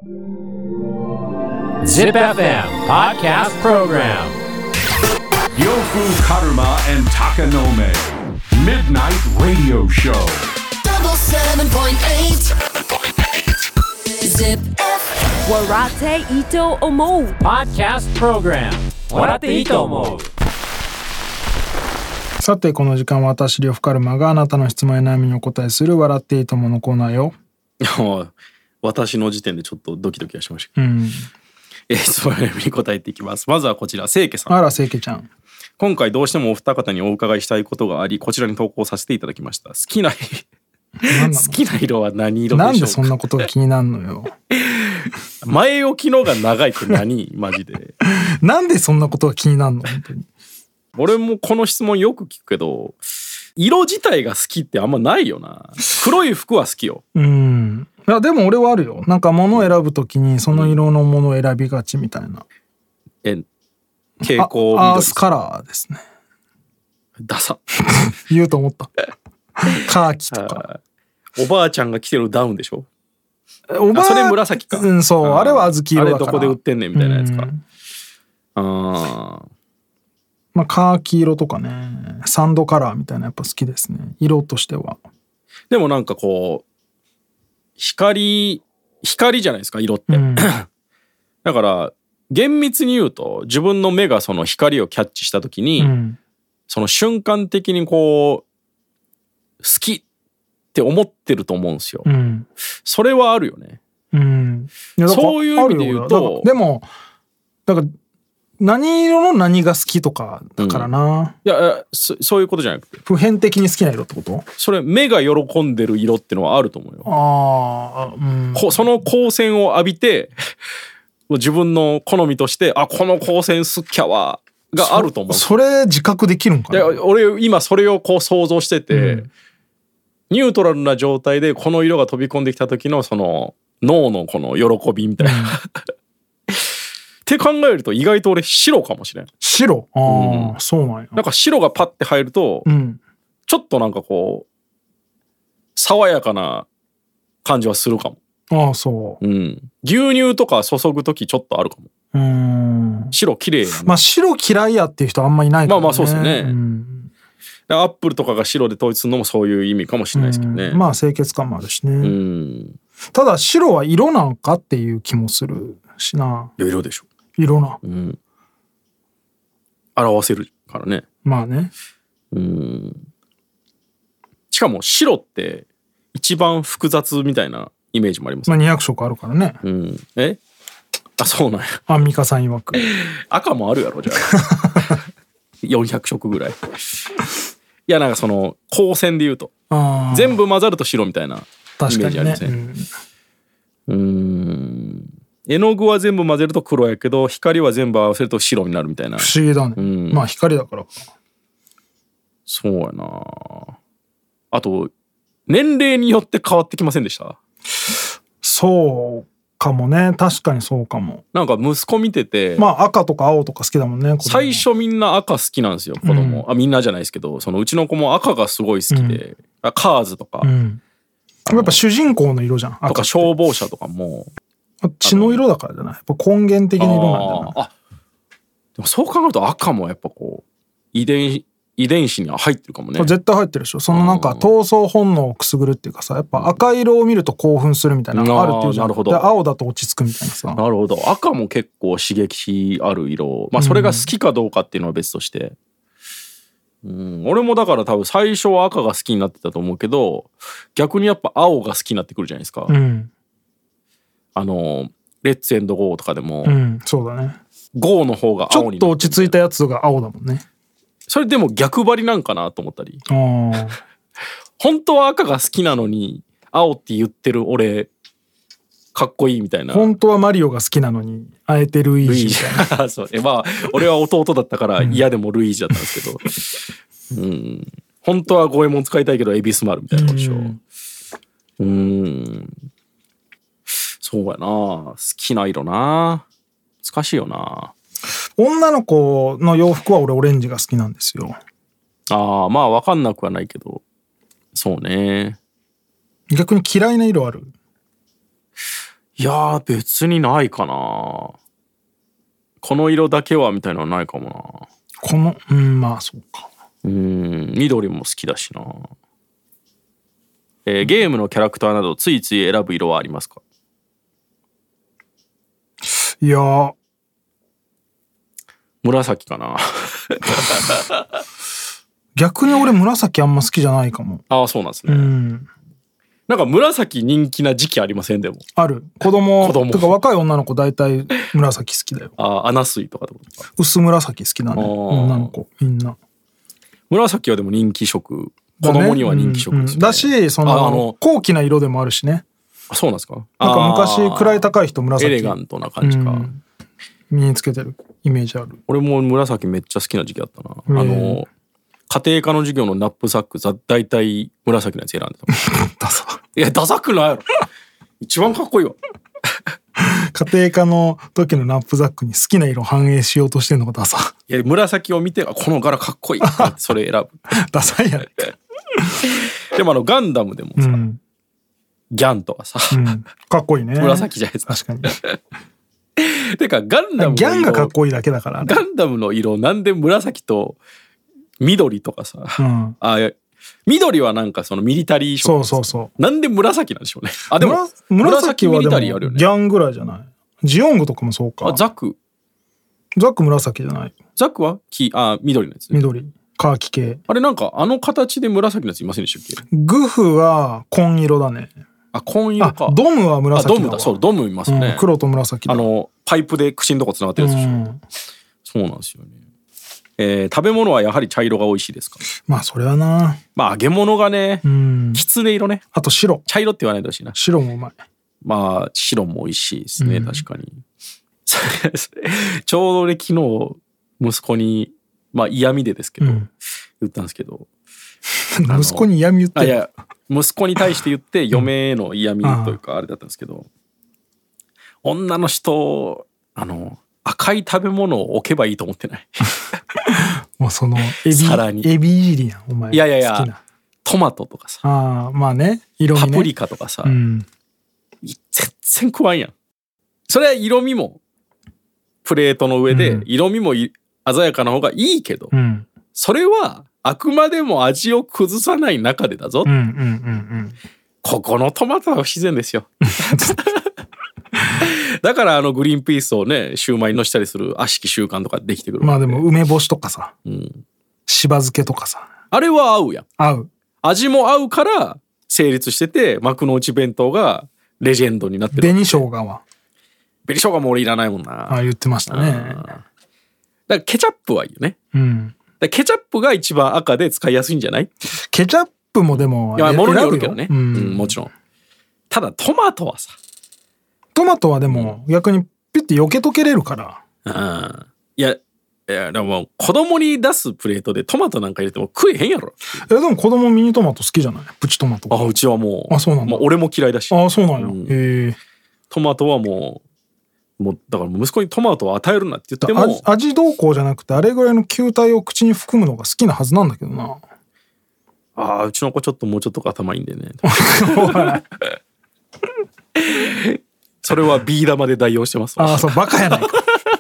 Zip FM Podcast Program Yofu Karuma and Takanome Midnight Radio Show. Double 7.8 Zip Warate Ito Omo Podcast Program 笑っていいと思う。 さてこの時間は私呂布カルマがあなたの質問や悩みにお答えする笑っていいとものコーナーよ。 私の時点でちょっとドキドキはしました。質問や悩みに答えていきます。まずはこちら、清家さん。 あら清家ちゃん。 今回どうしてもお二方にお伺いしたいことがあり、こちらに投稿させていただきました。好きな色は何色でしょうか。 なんでそんなことが気になるのよ。 前置きのが長いって何マジで。 なんでそんなことが気になるの本当に。 俺もこの質問よく聞くけど、色自体が好きってあんまないよな。黒い服は好きよ。 いやでも俺はあるよ。なんか物を選ぶときにその色のものを選びがちみたいな。 蛍光緑。 アースカラーですね。 ダサ。 言うと思った。カーキとか。 おばあちゃんが着てるダウンでしょ。そそれ紫か。 そう。あれは小豆色だから。 あれどこで売ってんねんみたいなやつか。 まあカーキ色とかね、サンドカラーみたいなやっぱ好きですね。色としては。 でもなんかこう光じゃないですか色って。だから厳密に言うと自分の目がその光をキャッチした時に、その瞬間的にこう好きって思ってると思うんですよ。それはあるよね。そういう意味で言うと、 でもだから何色の何が好きとかだからな。 いやそういうことじゃなくて、 普遍的に好きな色ってこと？ それ目が喜んでる色ってのはあると思うよ。その光線を浴びて自分の好みとしてこの光線好きやわがあると思う。それ自覚できるんかな。 俺今それをこう想像してて、ニュートラルな状態でこの色が飛び込んできた時のその脳のこの喜びみたいな、って考えると意外と俺白かもしれん。 白？そうなんや。 なんか白がパッて入ると、ちょっとなんかこう爽やかな感じはするかも。 そう。 牛乳とか注ぐ時ちょっとあるかも。白綺麗やな。 まあ白嫌いやっていう人あんまいないからね。 まあそうですよね。アップルとかが白で統一するのもそういう意味かもしれないですけどね。 まあ清潔感もあるしね。ただ白は色なんかっていう気もするしな。 色でしょ。 色な。 表せるからね。 まあね。 しかも白って一番複雑みたいなイメージもあります。 まあ200色あるからね。 そうなんや。 アンミカさん曰く。 赤もあるやろじゃあ。400色ぐらい。いやなんかその光線で言うと全部混ざると白みたいなイメージありますね。絵の具は全部混ぜると黒やけど光は全部合わせると白になるみたいな。 不思議だね。まあ光だからか。 そうやな。あと年齢によって変わってきませんでした？ そうかもね。確かにそうかも。 なんか息子見てて、 まあ赤とか青とか好きだもんね。 最初みんな赤好きなんですよ子供。みんなじゃないですけど、そのうちの子も赤がすごい好きで、カーズとか、 やっぱ主人公の色じゃん。 とか消防車とかも血の色だからじゃない。やっぱ根源的な色なんじゃない。 でもそう考えると赤もやっぱこう遺伝子には入ってるかもね。 絶対入ってるでしょ。そのなんか闘争本能をくすぐるっていうかさ、やっぱ赤色を見ると興奮するみたいなのがあるっていうじゃん。で青だと落ち着くみたいなさ。 なるほど。赤も結構刺激ある色。まあそれが好きかどうかっていうのは別として、俺もだから多分最初は赤が好きになってたと思うけど、逆にやっぱ青が好きになってくるじゃないですか。レッツエンドゴーとかでも、 そうだね。 ゴーの方が青になってる。 ちょっと落ち着いたやつが青だもんね。 それでも逆張りなんかなと思ったり。本当は赤が好きなのに青って言ってる俺かっこいいみたいな。 本当はマリオが好きなのにあえてルイージみたいな。 そうまあ俺は弟だったから嫌でもルイージだったんですけど、本当は五右衛門使いたいけどエビスマルみたいなことでしょ。そうやな。好きな色な。難しいよな。 女の子の洋服は俺オレンジが好きなんですよ。 まあ分かんなくはないけど、そうね。 逆に嫌いな色ある？ いやー別にないかな。この色だけはみたいなのはないかもな。 まあそうか。 緑も好きだしな。ゲームのキャラクターなどついつい選ぶ色はありますか？ いやー紫かな。 逆に俺紫あんま好きじゃないかも。 ああそうなんですね。なんか紫人気な時期ありません？でもある。子供とか若い女の子大体紫好きだよ。 アナスイとかってことか。 薄紫好きなの、女の子みんな。 紫はでも人気色、子供には人気色ですよね。 だしその高貴な色でもあるしね。 そうなんですか。 なんか昔位高い人紫エレガントな感じか、 身につけてるイメージある。 俺も紫めっちゃ好きな時期あったな。家庭科の授業のナップサック大体紫のやつ選んでた。 ダサ。 いやダサくないやろ。一番かっこいいわ。 家庭科の時のナップザックに好きな色反映しようとしてんのがダサ。 いや紫を見てこの柄かっこいいってそれ選ぶ。 ダサいやん。 でもガンダムでもさ、ギャンとかさ、 かっこいいね。 紫じゃないですか。 確かに。 てかガンダムの色、 ギャンがかっこいいだけだからね。 ガンダムの色なんで紫と緑とかさ、緑はなんかそのミリタリー色。 そうなんで紫なんでしょうね。あでも紫ミリタリーあるよね。 ギャンぐらいじゃない。ジオングとかもそうか。 ザク紫じゃない。 ザクは緑のやつ、ね、 緑カーキ系。 あれなんか形で紫のやついませんでしたっけ？ グフは紺色だね。 紺色か。 ドムは紫だわ。 ドムだ。そうドムいますね、 黒と紫だ。 パイプで口のとこつながってるやつでしょ、そうなんですよね。食べ物はやはり茶色が美味しいですか？ まあそれはな。 まあ揚げ物がね、きつね色ね。 あと白。 茶色って言わないでほしいな。 白もうまい。 まあ白も美味しいですね、確かに。ちょうど俺昨日息子に嫌味でですけど、言ったんですけど、 息子に嫌味言ってる。 いや息子に対して言って嫁への嫌味というかあれだったんですけど、女の人赤い食べ物を置けばいいと思ってない。 もうそのエビいじりやんお前。 いやトマトとかさ、 まあね、色味ね、 パプリカとかさ、全然食わんやん。それは色味もプレートの上で色味も鮮やかな方がいいけど、それはあくまでも味を崩さない中でだぞ。ここのトマトは不自然ですよ。だからグリーンピースをねシューマイにのしたりする悪しき習慣とかできてくる。 まあでも梅干しとかさ、しば漬けとかさ、 あれは合うやん。 合う。 味も合うから成立してて幕の内弁当がレジェンドになってる。 紅生姜は紅生姜も俺いらないもんな。 言ってましたね。 だからケチャップはいいよね。だケチャップが一番赤で使いやすいんじゃない？ ケチャップもでもものによるけどね、もちろん。ただトマトはさ、 トマトはでも逆にピュッて避けとけれるから。 いやでも子供に出すプレートでトマトなんか入れても食えへんやろ。 でも子供ミニトマト好きじゃない？プチトマト。 うちはもう。 そうなんだ。 俺も嫌いだし。 そうなんや。 トマトはもうだから息子にトマトを与えるなって言っても味どうこうじゃなくてあれぐらいの球体を口に含むのが好きなはずなんだけどな。 うちの子ちょっともうちょっと頭いいんでね。それはビー玉で代用してます。 そうバカやないか。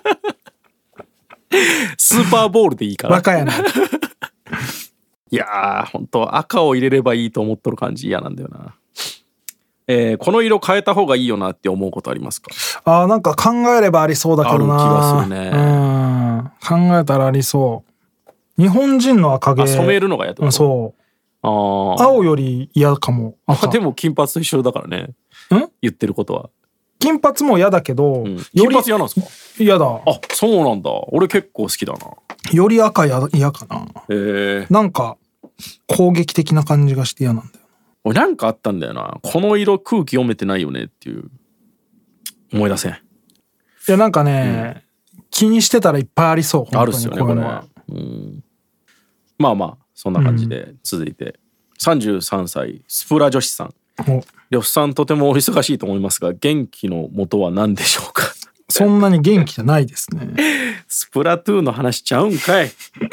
スーパーボールでいいから。 バカやない。 いやー本当赤を入れればいいと思っとる感じ嫌なんだよな。この色変えた方がいいよなって思うことありますか？ なんか考えればありそうだけどな。 ある気がするね。 考えたらありそう。日本人の赤毛染めるのが嫌ってこと？ そう。青より嫌かも。 でも金髪と一緒だからね。言ってることは。 金髪も嫌だけど、 金髪嫌なんですか？ 嫌だ。 そうなんだ。俺結構好きだな。 より赤嫌かな。なんか攻撃的な感じがして嫌なんだよ。 俺なんかあったんだよな。この色空気読めてないよねっていう。思い出せん。いやなんかね、気にしてたらいっぱいありそう。 あるっすよねこれは。まあそんな感じで続いて、33歳スプラ女子さん。呂布さんとてもお忙しいと思いますが元気の元は何でしょうか？ そんなに元気じゃないですね。 スプラトゥーンの話しちゃうんかい。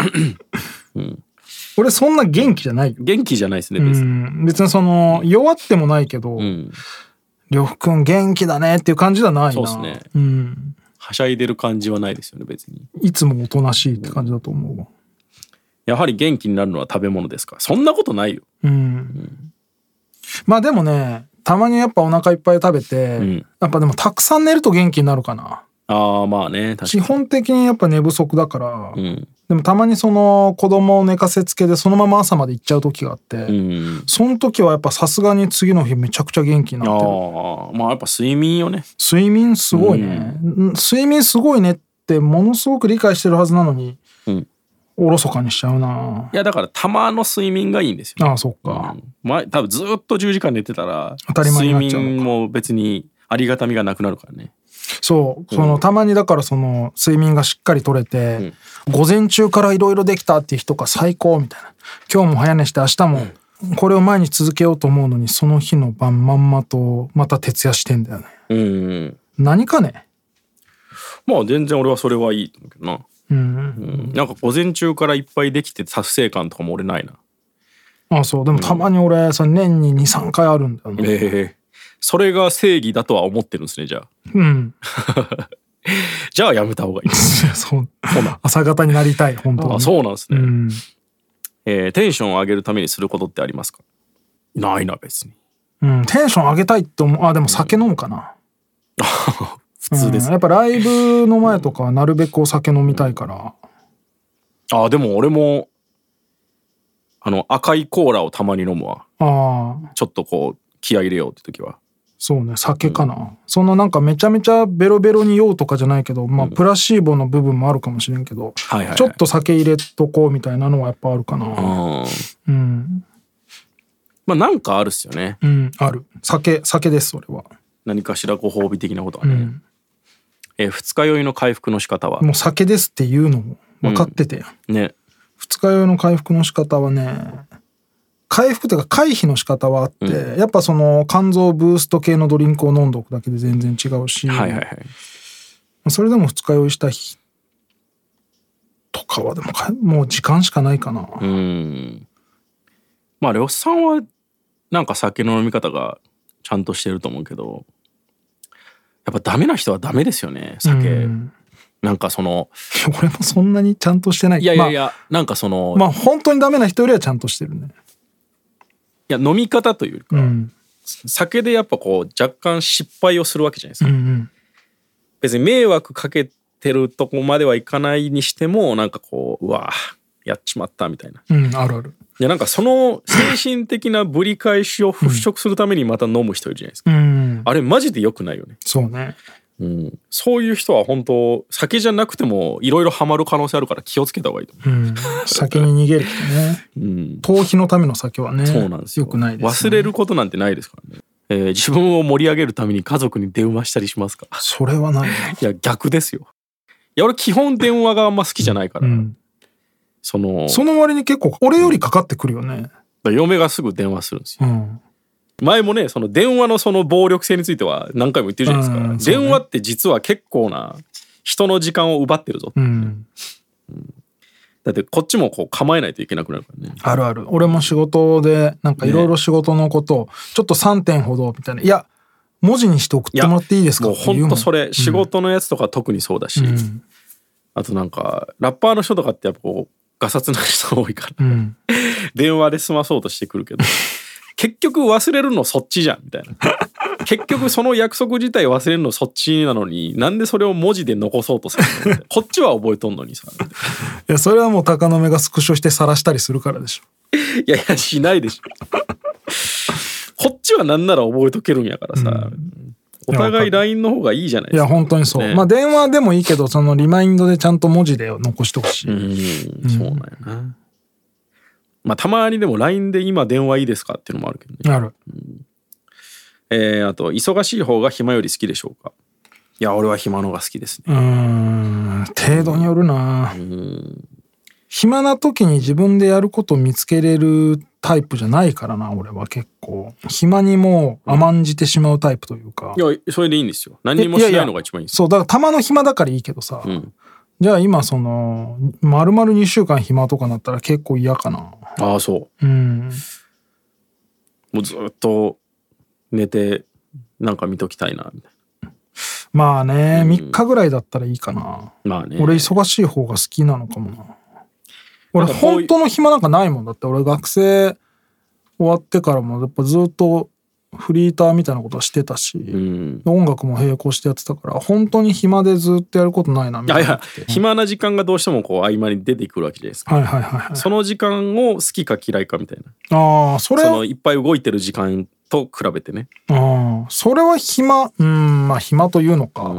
俺そんな元気じゃないよ。 元気じゃないですね。 別にその弱ってもないけど、 呂布くん元気だねっていう感じではないな。 そうですね。 うん。 はしゃいでる感じはないですよね、別に。 いつもおとなしいって感じだと思うわ。 やはり元気になるのは食べ物ですか？そんなことないよ。 まあでもね、たまにやっぱお腹いっぱい食べて、やっぱでもたくさん寝ると元気になるかな。 ああ、まあね、確かに。 基本的にやっぱ寝不足だから、でもたまにその子供を寝かせつけでそのまま朝まで行っちゃう時があって、その時はやっぱさすがに次の日めちゃくちゃ元気になってる。 まあやっぱ睡眠よね。 睡眠すごいね。睡眠すごいねってものすごく理解してるはずなのに、おろそかにしちゃうな。 いやだからたまの睡眠がいいんですよ、ね。 ああ、そっか。 多分ずっと10時間寝てたら当たり前になっちゃうのか。 睡眠も別にありがたみがなくなるからね。 そう、そのたまにだからその睡眠がしっかり取れて、午前中からいろいろできたっていう人が最高みたいな。今日も早寝して明日もこれを毎日続けようと思うのに、その日の晩まんまとまた徹夜してんだよね。何かね。 まあ全然俺はそれはいいと思うけどな。なんか午前中からいっぱいできて達成感とかも俺ないな。 ああ、そう。でもたまに俺、それ年に 2,3 回あるんだよね。 それが正義だとは思ってるんですね、じゃあ。じゃあやめた方がいい。 そう朝方になりたい、本当に。 あ、そうなんですね。テンションを上げるためにすることってありますか？ないな、別に。 テンション上げたいって思う。あ、でも酒飲むかな。 普通です、 やっぱライブの前とかはなるべくお酒飲みたいから。 あ、でも俺も赤いコーラをたまに飲むわ。ちょっとこう気合い入れようって時は。 そうね、酒かな。そのなんかめちゃめちゃベロベロに酔うとかじゃないけど、まあプラシーボの部分もあるかもしれんけど、ちょっと酒入れとこうみたいなのはやっぱあるかな。 まあなんかあるっすよね。 ある。酒です、それは。 何かしらご褒美的なことはね。二日酔いの回復の仕方は？ もう酒ですっていうのも分かってて。ね。二日酔いの回復の仕方はね、回復というか回避の仕方はあって、やっぱその肝臓ブースト系のドリンクを飲んどくだけで全然違うし、それでも二日酔いした日とかはでもう時間しかないかな。 まあ呂布さんはなんか酒の飲み方がちゃんとしてると思うけど、やっぱダメな人はダメですよね、酒。なんかその俺もそんなにちゃんとしてない。 いや、なんかそのまあ本当にダメな人よりはちゃんとしてるね。 いや飲み方というか、酒でやっぱこう若干失敗をするわけじゃないですか。別に迷惑かけてるとこまではいかないにしても、なんかこううわやっちまったみたいな。 あるある。 いやなんかその精神的なぶり返しを払拭するためにまた飲む人いるじゃないですか。あれマジで良くないよね。 そうね。 そういう人は本当酒じゃなくてもいろいろハマる可能性あるから気をつけた方がいいと思う。 酒に逃げるけどね。逃避のための酒はね。 そうなんですよ。 良くないです、 忘れることなんてないですからね。自分を盛り上げるために家族に電話したりしますか？ それはないな。 いや逆ですよ。いや俺基本電話があんま好きじゃないから。その割に結構俺よりかかってくるよね。 嫁がすぐ電話するんですよ。前もねその電話のその暴力性については何回も言ってるじゃないですか。電話って実は結構な人の時間を奪ってるぞって、だってこっちもこう構えないといけなくなるからね。 あるある。俺も仕事でなんかいろいろ仕事のことをちょっと3点ほどみたいな、いや文字にして送ってもらっていいですか？ もう本当それ、仕事のやつとか特にそうだし、あとなんかラッパーの人とかってやっぱこうガサツな人多いから、電話で済まそうとしてくるけど結局忘れるのそっちじゃんみたいな。結局その約束自体忘れるのそっちなのに、なんでそれを文字で残そうとするの？こっちは覚えとんのにさ。いやそれはもう鷹の目がスクショして晒したりするからでしょ。 いやしないでしょ。こっちはなんなら覚えとけるんやからさ、お互い LINE の方がいいじゃないですか。 いや本当にそう、ね、まあ電話でもいいけどそのリマインドでちゃんと文字で残してほしい。 そうなんやな。まあたまにでも LINE で今電話いいですかっていうのもあるけどね。 ある。 あと忙しい方が暇より好きでしょうか？いや俺は暇のが好きですね。 程度によるな。暇な時に自分でやることを見つけれるタイプじゃないからな。俺は結構暇にもう甘んじてしまうタイプというか。 いやそれでいいんですよ。何にもしないのが一番いいです。 そうだからたまの暇だからいいけどさ、じゃあ今その丸々2週間暇とかなったら結構嫌かな。 ああそう。もうずっと寝てなんか見ときたいなみたいな。 まあね、3日ぐらいだったらいいかな。 まあね。 俺忙しい方が好きなのかもな。俺本当の暇なんかないもんだって。俺学生終わってからもやっぱずっとフリーターみたいなことはしてたし、音楽も並行してやってたから本当に暇でずっとやることないなみたいな。 いや暇な時間がどうしてもこう合間に出てくるわけじゃないですか。 はいはいはい、はい、その時間を好きか嫌いかみたいな。 ああ、そのいっぱい動いてる時間と比べてね。 ああ、それは暇、まあ暇というのか。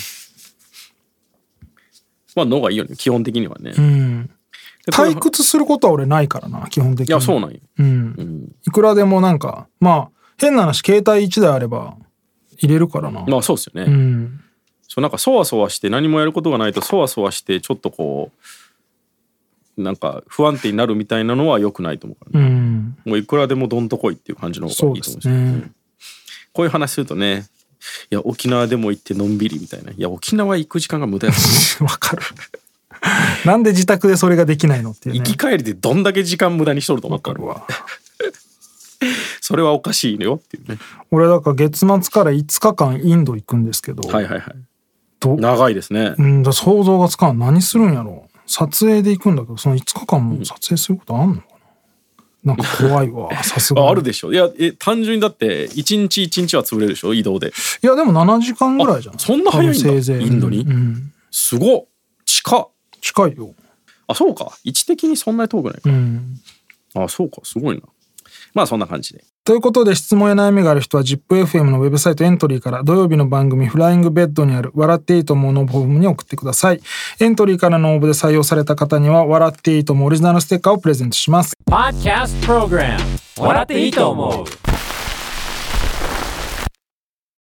まあ脳がいいよね、基本的にはね。 退屈することは俺ないからな、基本的に。 いや、そうなんよ。 いくらでもなんか、まあ変な話、携帯1台あれば入れるからな。 まあそうですよね。そうなんかそわそわして何もやることがないとそわそわしてちょっとこうなんか不安定になるみたいなのは良くないと思うからね。もういくらでもどんとこいっていう感じの方がいいと思うんですよね。こういう話するとね、いや沖縄でも行ってのんびりみたいな。いや沖縄行く時間が無駄やわかる。なんで自宅でそれができないのっていうね。 行き帰りでどんだけ時間無駄にしとると思ったの。それはおかしいのよっていうね。 俺だから月末から5日間インド行くんですけど。 はいはいはい。長いですね。 想像がつかん。何するんやろ。撮影で行くんだけど、その5日間も撮影することあんのかな。なんか怖いわ。さすがに。 あるでしょ。いや単純にだって1日1日は潰れるでしょ、移動で。 いやでも7時間ぐらいじゃん。 そんな早いんだ。 せいぜいインドに。すごっ。近いよ。 あ、そうか。位置的にそんなに遠くないか。あ、そうか。すごいな。まあそんな感じで。 ということで、質問や悩みがある人は ZIPFM のウェブサイトエントリーから土曜日の番組フライングベッドにある笑っていいと思うのフォームに送ってください。エントリーからの応募で採用された方には笑っていいと思うオリジナルステッカーをプレゼントします。 Podcast Program 笑っていいと思う。